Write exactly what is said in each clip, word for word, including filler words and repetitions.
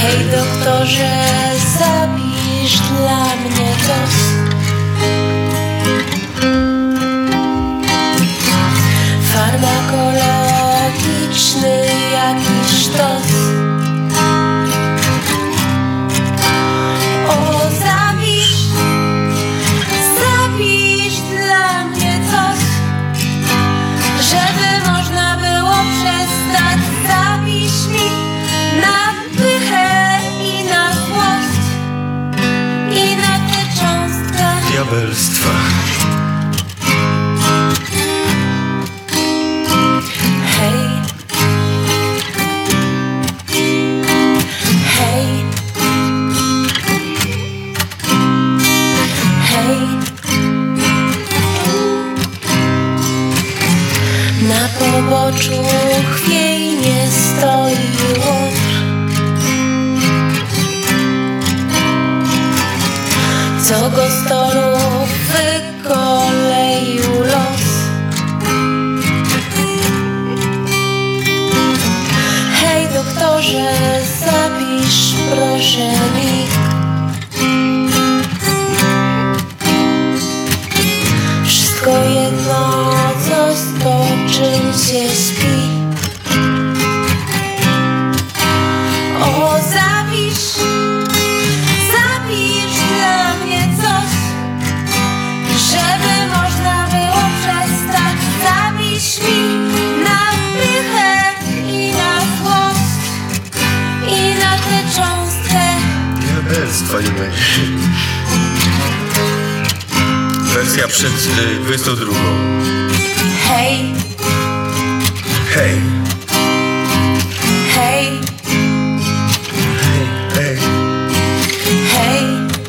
Hej doktorze, zapisz dla mnie dos. Farmakologiczny jakiś sztos. O, zapisz, zapisz dla mnie coś, żeby można było przestać. Zapisz mi na pychę i na złość i na tę cząstkę diabelstwa. Hej, hej, hej. Na poboczu chwiejnie stoi łotr, co go z torów wykoleił los. Hej doktorze, zapisz proszę mi wszystko jedno, coś to czym się śpi. O, zapisz, zapisz dla mnie coś, żeby można było przestać. Zapisz mi na pychę i na złość i na tę cząstkę Diabelstwa, nie będzie. Wersja przed y, dwudziestą drugą. Hej, Hej, hej, hej, hej.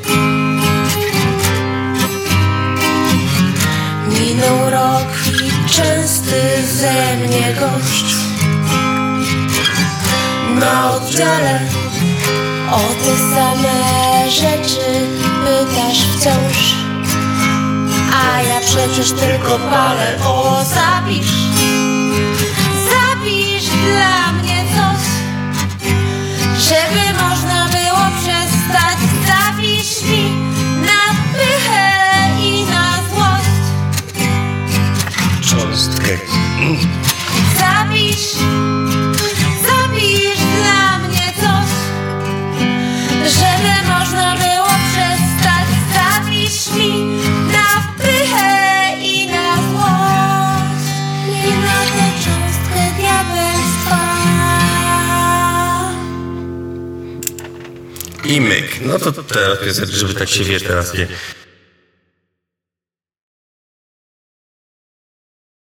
Minął rok i częsty ze mnie gość na oddziale. O te same rzeczy pytasz wciąż, a ja przecież tylko palę. O, zapisz, zapisz dla mnie coś, żeby można było przestać. Zapisz mi na pychę i na złość. cząstkę. Zapisz, zapisz dla mnie coś, żeby można było przestać. Zapisz mi na pychę i na złość i na tę cząstkę diabelstwa. I myk. No to teraz, żeby tak się wiesz teraz nie